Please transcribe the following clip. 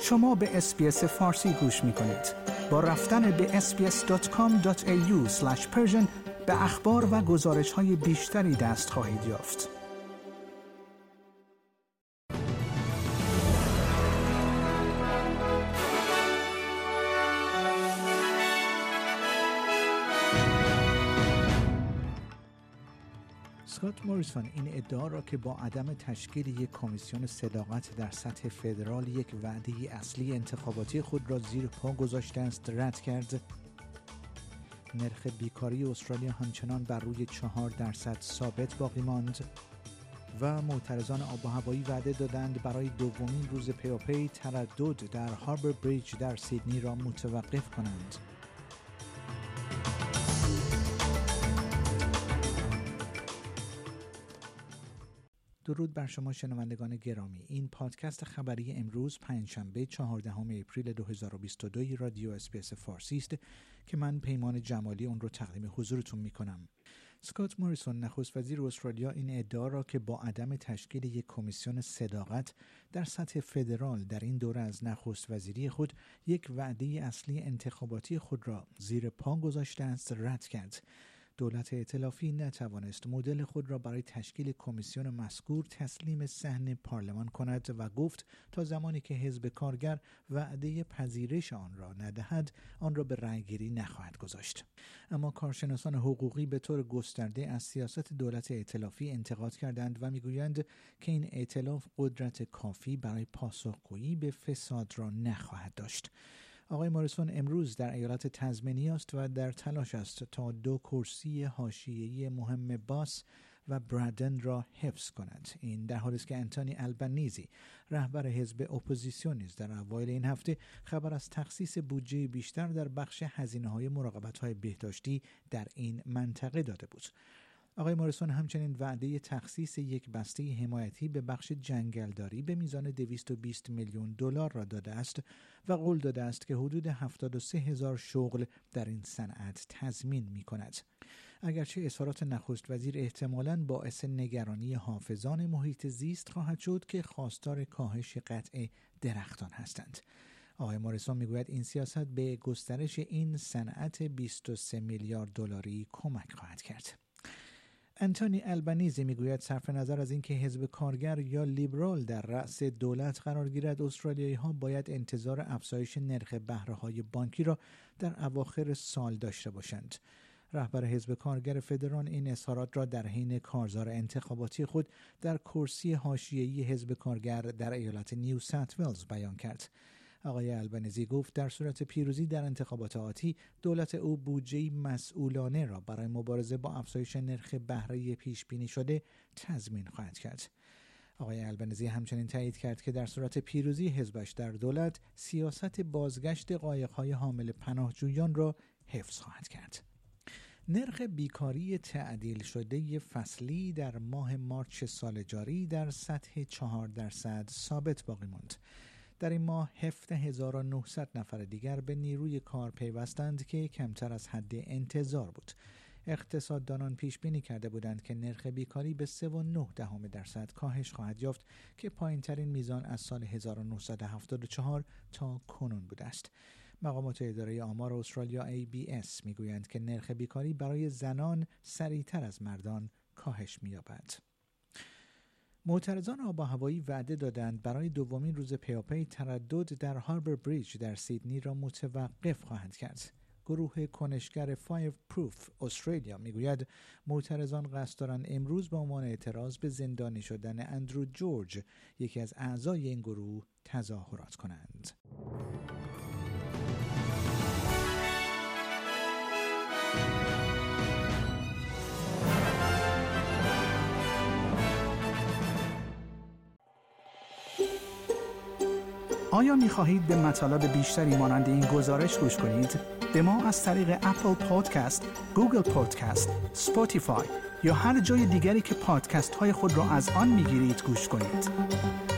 شما به اس‌بی‌اس فارسی گوش می‌کنید. با رفتن به sbs.com.au/persian به اخبار و گزارش‌های بیشتری دست خواهید یافت. اسکات موریسون این ادعا را که با عدم تشکیل یک کمیسیون صداقت در سطح فدرال یک وعده اصلی انتخاباتی خود را زیر پا گذاشته است رد کرد. نرخ بیکاری استرالیا همچنان بر روی 4% ثابت باقی ماند و معترضان آب و هوایی وعده دادند برای دومین روز پیاپی تردد در هاربر بریج در سیدنی را متوقف کنند. درود بر شما شنوندگان گرامی. این پادکست خبری امروز پنجشنبه 14 اپریل 2022 رادیو اس‌بی‌اس فارسی است که من پیمان جمالی اون رو تقدیم حضورتون میکنم. اسکات موریسون نخست وزیر استرالیا این ادعا را که با عدم تشکیل یک کمیسیون صداقت در سطح فدرال در این دوره از نخست وزیری خود یک وعده اصلی انتخاباتی خود را زیر پا گذاشته است رد کرد. دولت ائتلافی نتوانست مدل خود را برای تشکیل کمیسیون مذکور تسلیم صحن پارلمان کند و گفت تا زمانی که حزب کارگر وعده پذیرش آن را ندهد آن را به رأیگیری نخواهد گذاشت. اما کارشناسان حقوقی به طور گسترده از سیاست دولت ائتلافی انتقاد کردند و میگویند که این ائتلاف قدرت کافی برای پاسخگویی به فساد را نخواهد داشت. آقای موریسون امروز در ایالت تزمینی است و در تلاش است تا دو کرسی حاشیه‌ای مهم باس و برادن را حفظ کند. این در حالی است که انتونی البنیزی رهبر حزب اپوزیسیون نیز در اوایل این هفته خبر از تخصیص بودجه بیشتر در بخش هزینه‌های مراقبت‌های بهداشتی در این منطقه داده بود. آقای موریسون همچنین وعده تخصیص یک بسته حمایتی به بخش جنگلداری به میزان 220 میلیون دلار را داده است و قول داده است که حدود 73,000 شغل در این صنعت تضمین می کند. اگرچه اظهارات نخست وزیر احتمالاً باعث نگرانی حافظان محیط زیست خواهد شد که خواستار کاهش قطع درختان هستند. آقای موریسون میگوید این سیاست به گسترش این صنعت 23 میلیارد دلاری کمک خواهد کرد. انتونی البنیزی میگوید صرف نظر از اینکه حزب کارگر یا لیبرال در رأس دولت قرار گیرد استرالیایی ها باید انتظار افزایش نرخ بهره‌های بانکی را در اواخر سال داشته باشند. رهبر حزب کارگر فدرال این اظهارات را در حین کارزار انتخاباتی خود در کرسی حاشیه‌ای حزب کارگر در ایالت نیو ساوت ولز بیان کرد. آقای البنیزی گفت در صورت پیروزی در انتخابات آتی دولت او بودجه‌ای مسئولانه را برای مبارزه با افزایش نرخ بهره پیش بینی شده تضمین خواهد کرد. آقای البنیزی همچنین تایید کرد که در صورت پیروزی حزبش در دولت سیاست بازگشت قایق‌های حامل پناهجویان را حفظ خواهد کرد. نرخ بیکاری تعدیل شده فصلی در ماه مارس سال جاری در سطح 4% ثابت باقی ماند. در این ماه 17,900 نفر دیگر به نیروی کار پیوستند که کمتر از حد انتظار بود. اقتصاددانان پیش بینی کرده بودند که نرخ بیکاری به 3.9% کاهش خواهد یافت که پایین ترین میزان از سال 1974 تا کنون بوده است. مقامات اداره آمار استرالیا ABS میگویند که نرخ بیکاری برای زنان سریعتر از مردان کاهش می‌یابد. معترضان آب و هوایی وعده دادند برای دومین روز پیاپی تردد در هاربر بریج در سیدنی را متوقف خواهند کرد. گروه کنشگر فایرپروف استرالیا میگوید معترضان قصد دارند امروز به عنوان اعتراض به زندانی شدن اندرو جورج یکی از اعضای این گروه تظاهرات کنند. آیا می‌خواهید به مطالب بیشتری مانند این گزارش گوش کنید؟ به ما از طریق اپل پادکست، گوگل پادکست، اسپاتیفای یا هر جای دیگری که پادکست های خود را از آن می‌گیرید گوش کنید.